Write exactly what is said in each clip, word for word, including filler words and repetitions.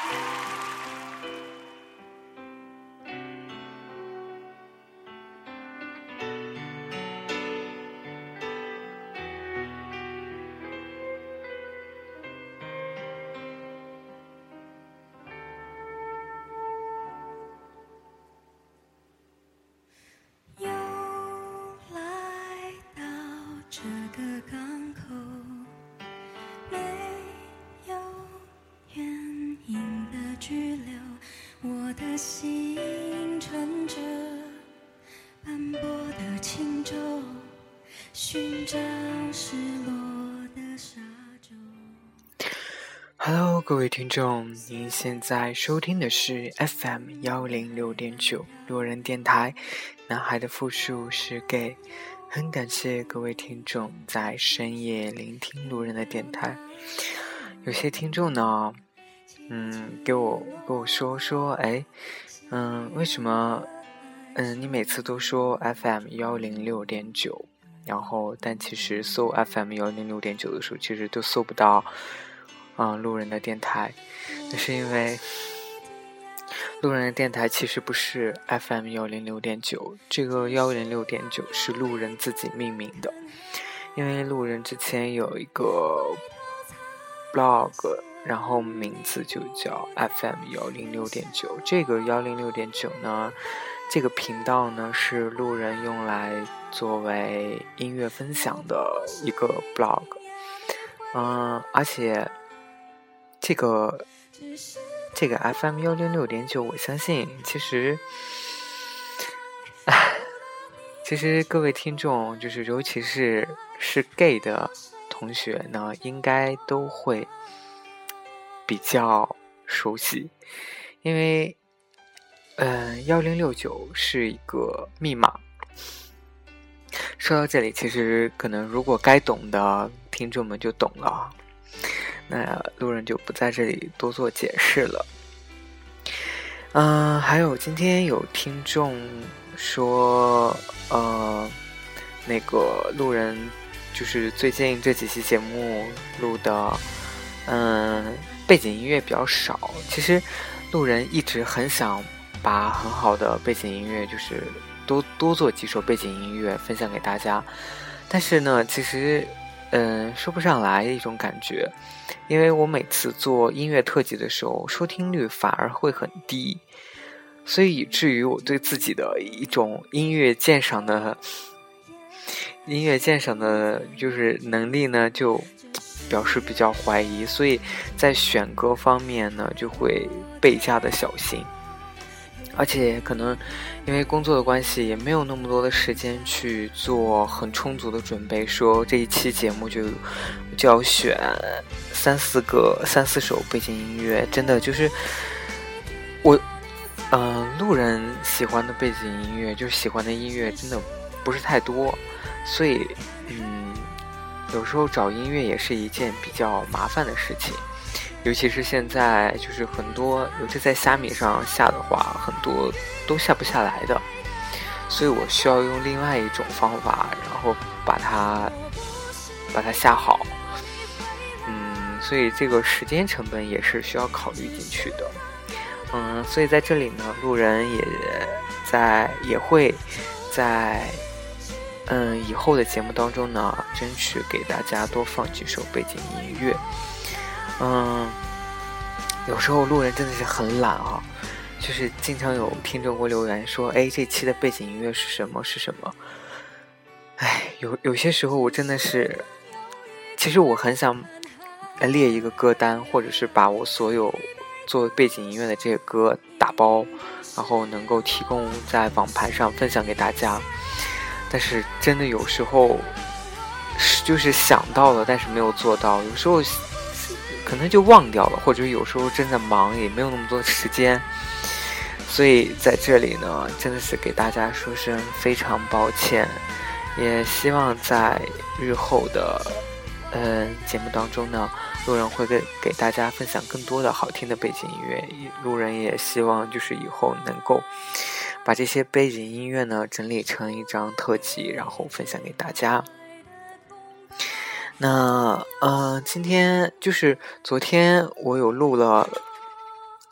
心乘着斑驳的轻舟，寻找失落的沙洲。 Hello， 各位听众，您现在收听的是 F M 一零六点九 路人电台，男孩的复数是 gay。 很感谢各位听众在深夜聆听路人的电台。有些听众呢嗯，给我给我说说，哎，嗯，为什么，嗯，你每次都说 F M 一零六点九，然后但其实搜 F M 一零六点九的时候，其实都搜不到，嗯，路人的电台。那是因为路人的电台其实不是 F M 一零六点九，这个一零六点九是路人自己命名的，因为路人之前有一个 blog。然后名字就叫 F M 一零六点九，这个一零六点九呢，这个频道呢是路人用来作为音乐分享的一个 blog， 嗯，而且这个这个 F M 一零六点九，我相信其实，其实各位听众，就是尤其是是 gay 的同学呢，应该都会比较熟悉，因为呃一零六九是一个密码。说到这里，其实可能如果该懂的听众们就懂了，那路人就不在这里多做解释了。嗯、呃，还有今天有听众说，呃，那个路人就是最近这几期节目录的，嗯、呃。背景音乐比较少，其实路人一直很想把很好的背景音乐就是多多做几首背景音乐分享给大家，但是呢其实嗯、呃、说不上来一种感觉，因为我每次做音乐特辑的时候收听率反而会很低，所以以至于我对自己的一种音乐鉴赏的音乐鉴赏的就是能力呢就表示比较怀疑，所以在选歌方面呢就会倍加的小心，而且可能因为工作的关系也没有那么多的时间去做很充足的准备，说这一期节目就就要选三四个三四首背景音乐，真的就是我嗯、呃，路人喜欢的背景音乐就喜欢的音乐真的不是太多，所以嗯有时候找音乐也是一件比较麻烦的事情，尤其是现在就是很多尤其在虾米上下的话很多都下不下来的，所以我需要用另外一种方法然后把它把它下好，嗯，所以这个时间成本也是需要考虑进去的，嗯，所以在这里呢路人也在也会在嗯，以后的节目当中呢，争取给大家多放几首背景音乐。嗯，有时候路人真的是很懒啊，就是经常有听众给我留言说，哎，这期的背景音乐是什么是什么？哎，有有些时候我真的是，其实我很想列一个歌单，或者是把我所有做背景音乐的这些歌打包，然后能够提供在网盘上分享给大家。但是真的有时候就是想到了但是没有做到，有时候可能就忘掉了，或者有时候真的忙也没有那么多时间，所以在这里呢真的是给大家说声非常抱歉，也希望在日后的呃节目当中呢路人会给给大家分享更多的好听的背景音乐，路人也希望就是以后能够把这些背景音乐呢整理成一张特辑，然后分享给大家。那呃，今天就是昨天我有录了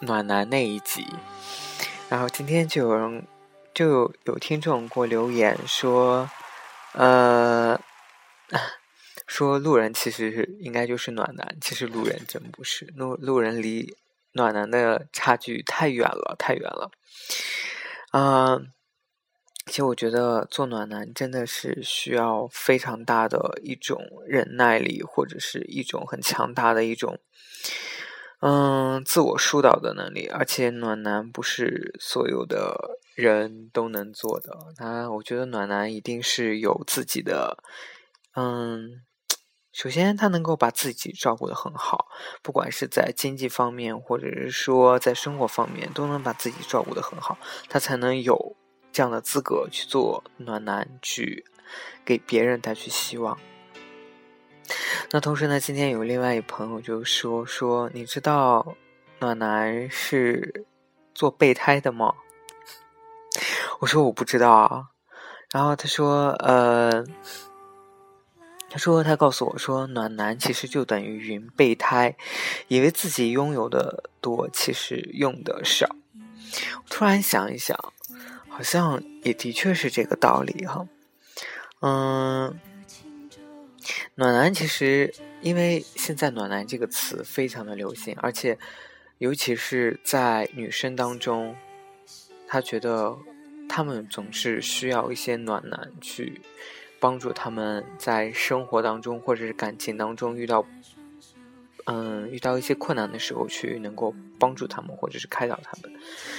暖男那一集，然后今天就有人就有有听众给我留言说，呃，说路人其实是应该就是暖男，其实路人真不是，路路人离暖男的差距太远了，太远了。啊、呃，其实我觉得做暖男真的是需要非常大的一种忍耐力，或者是一种很强大的一种。嗯，自我疏导的能力，而且暖男不是所有的人都能做的。他，我觉得暖男一定是有自己的，嗯，首先他能够把自己照顾得很好，不管是在经济方面，或者是说在生活方面，都能把自己照顾得很好，他才能有这样的资格去做暖男，去给别人带去希望。那同时呢，今天有另外一朋友就说说，你知道暖男是做备胎的吗？我说我不知道啊。然后他说，呃，他说他告诉我说，暖男其实就等于云备胎，以为自己拥有的多，其实用的少。我突然想一想，好像也的确是这个道理哈。嗯。暖男其实因为现在暖男这个词非常的流行，而且尤其是在女生当中，她觉得她们总是需要一些暖男去帮助他们在生活当中或者是感情当中遇到嗯遇到一些困难的时候去能够帮助他们或者是开导他们。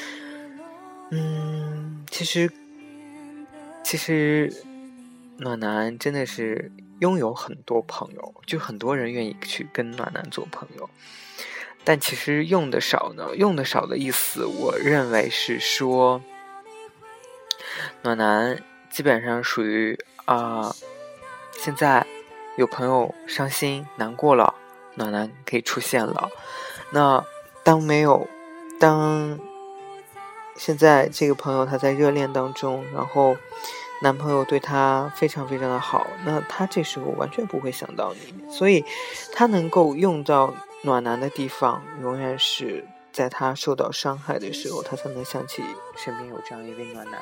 嗯，其实其实暖男真的是拥有很多朋友，就很多人愿意去跟暖男做朋友，但其实用的少呢，用的少的意思我认为是说，暖男基本上属于啊、呃，现在有朋友伤心难过了，暖男可以出现了。那当没有当现在这个朋友他在热恋当中，然后男朋友对他非常非常的好，那他这时候完全不会想到你，所以他能够用到暖男的地方，永远是在他受到伤害的时候，他才能想起身边有这样一位暖男。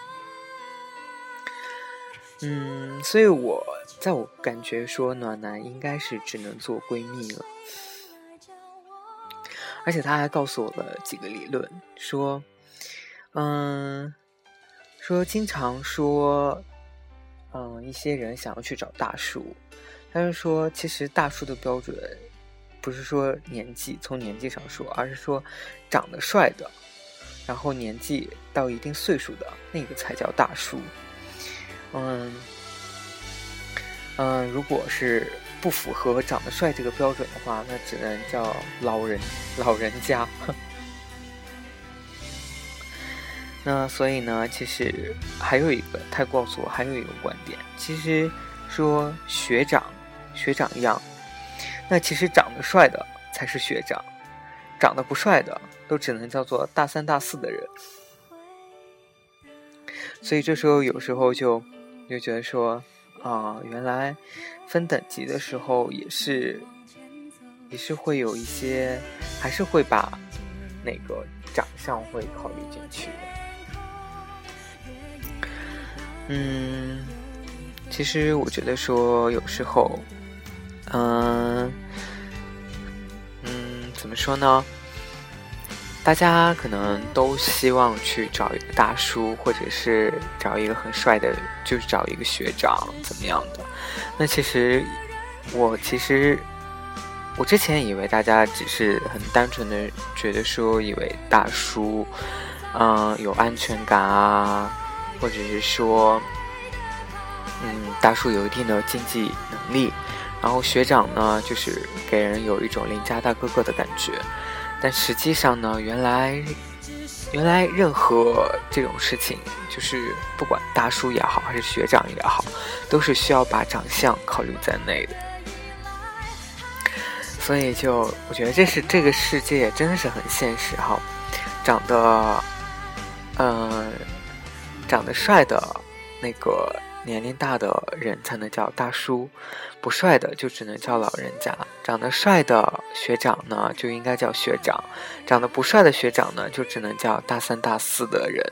嗯，所以我在我感觉说，暖男应该是只能做闺蜜了。而且他还告诉我了几个理论，说，嗯。说经常说嗯，一些人想要去找大叔，他就说其实大叔的标准不是说年纪从年纪上说，而是说长得帅的，然后年纪到一定岁数的那个才叫大叔。嗯嗯，如果是不符合长得帅这个标准的话，那只能叫老人老人家。那所以呢，其实还有一个，他告诉我还有一个观点，其实说学长学长一样，那其实长得帅的才是学长，长得不帅的都只能叫做大三大四的人。所以这时候有时候就就觉得说啊、呃，原来分等级的时候也是也是会有一些，还是会把那个长相会考虑进去的。嗯，其实我觉得说有时候，嗯嗯，怎么说呢？大家可能都希望去找一个大叔，或者是找一个很帅的，就是找一个学长怎么样的。那其实我其实我之前以为大家只是很单纯的觉得说，以为大叔嗯有安全感啊，或者是说嗯大叔有一定的经济能力，然后学长呢就是给人有一种邻家大哥哥的感觉。但实际上呢，原来原来任何这种事情，就是不管大叔也好还是学长也好，都是需要把长相考虑在内的。所以就我觉得这是这个世界真的是很现实哈，长得呃长得帅的那个年龄大的人才能叫大叔，不帅的就只能叫老人家，长得帅的学长呢就应该叫学长，长得不帅的学长呢就只能叫大三大四的人。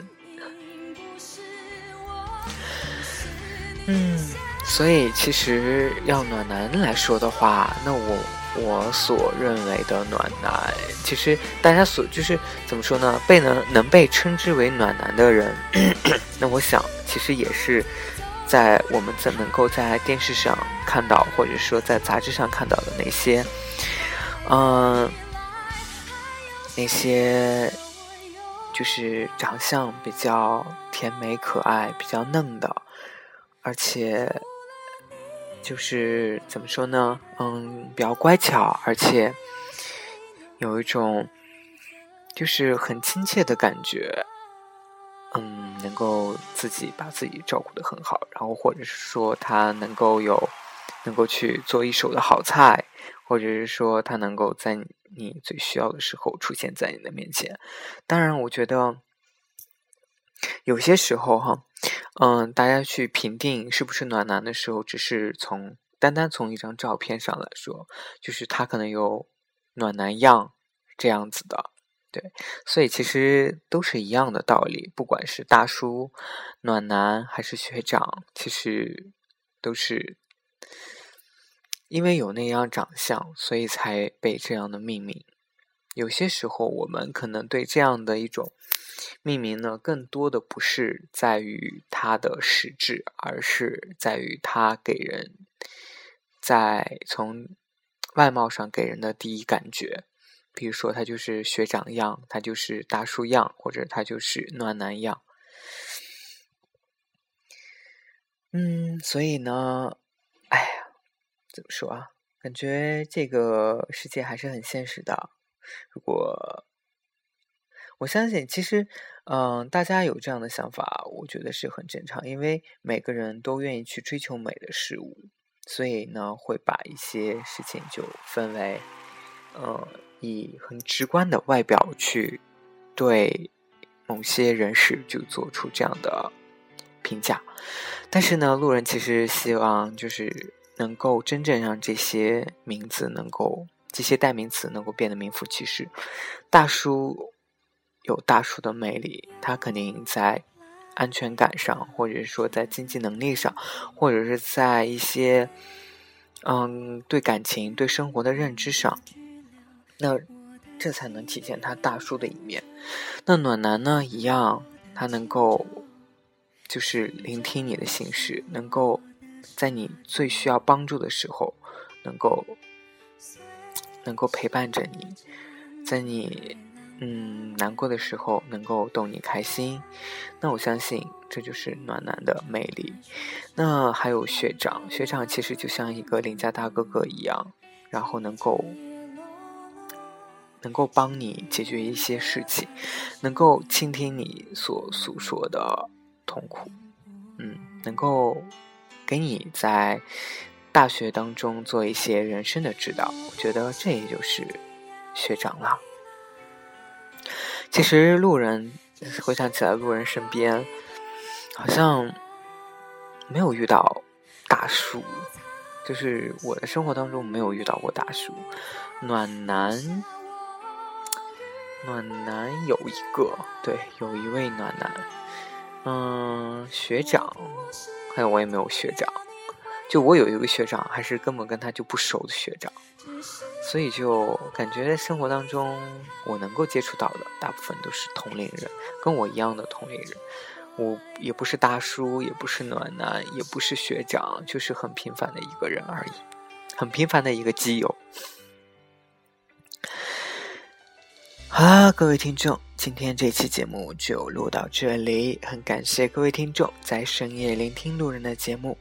嗯，所以其实要暖男来说的话，那我我所认为的暖男，其实大家所就是怎么说呢，被能能被称之为暖男的人那我想其实也是在我们在能够在电视上看到，或者说在杂志上看到的那些嗯、呃，那些就是长相比较甜美可爱比较嫩的，而且就是怎么说呢，嗯，比较乖巧，而且有一种就是很亲切的感觉，嗯，能够自己把自己照顾得很好，然后或者是说他能够有能够去做一手的好菜，或者是说他能够在你最需要的时候出现在你的面前。当然我觉得有些时候哈，嗯，大家去评定是不是暖男的时候，只是从单单从一张照片上来说，就是他可能有暖男样这样子的，对，所以其实都是一样的道理，不管是大叔、暖男还是学长，其实都是因为有那样长相，所以才被这样的命名。有些时候我们可能对这样的一种命名呢，更多的不是在于它的实质，而是在于它给人在从外貌上给人的第一感觉。比如说他就是学长样，他就是大叔样，或者他就是暖男样。嗯，所以呢，哎呀，怎么说啊？感觉这个世界还是很现实的。如果我相信，其实，嗯、呃，大家有这样的想法，我觉得是很正常，因为每个人都愿意去追求美的事物，所以呢，会把一些事情就分为，呃，以很直观的外表去对某些人士就做出这样的评价。但是呢，路人其实希望就是能够真正让这些名字能够。这些代名词能够变得名副其实。大叔有大叔的魅力，他肯定在安全感上，或者说在经济能力上，或者是在一些嗯对感情、对生活的认知上，那这才能体现他大叔的一面。那暖男呢，一样，他能够就是聆听你的心事，能够在你最需要帮助的时候，能够。能够陪伴着你，在你嗯难过的时候能够逗你开心，那我相信这就是暖男的魅力。那还有学长，学长其实就像一个邻家大哥哥一样，然后能够能够帮你解决一些事情，能够倾听你所诉说的痛苦，嗯，能够给你在大学当中做一些人生的指导，我觉得这也就是学长了。其实路人回想起来，路人身边好像没有遇到大叔，就是我的生活当中没有遇到过大叔。暖男暖男有一个，对，有一位暖男，嗯，学长还有我也没有学长，就我有一个学长，还是根本跟他就不熟的学长，所以就感觉在生活当中我能够接触到的大部分都是同龄人，跟我一样的同龄人。我也不是大叔，也不是暖男，也不是学长，就是很平凡的一个人而已，很平凡的一个基友。好啦，各位听众，今天这期节目就录到这里，很感谢各位听众在深夜聆听路人的节目。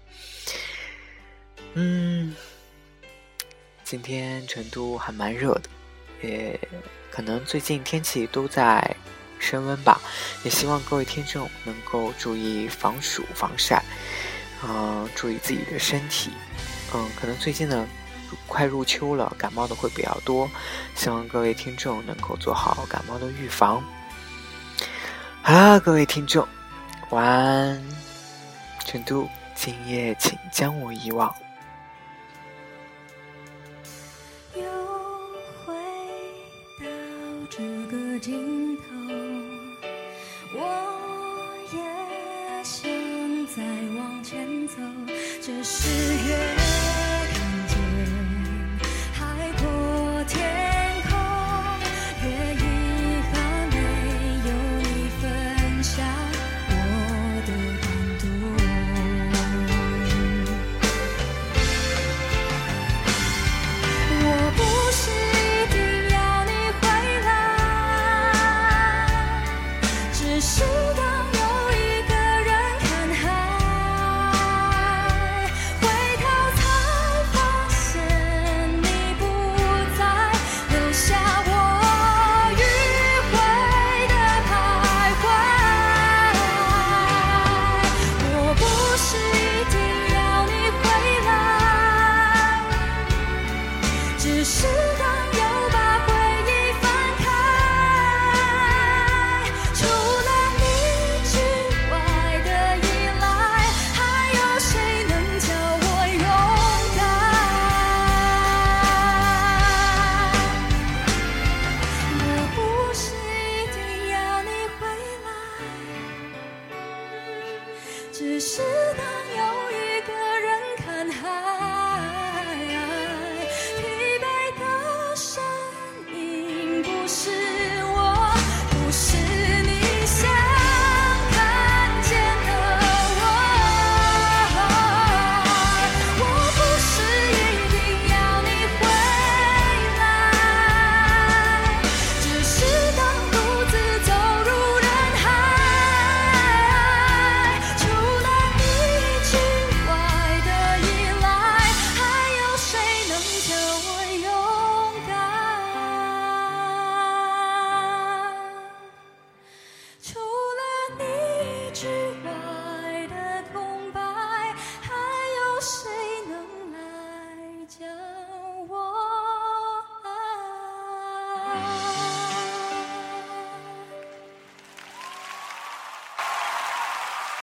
嗯，今天成都还蛮热的，也可能最近天气都在升温吧，也希望各位听众能够注意防暑防晒，嗯、呃，注意自己的身体。嗯，可能最近呢快入秋了，感冒的会比较多，希望各位听众能够做好感冒的预防。好啦，各位听众，晚安，成都。 今夜请将我遗忘。 又回到这个尽头，我也想再往前走，这是缘。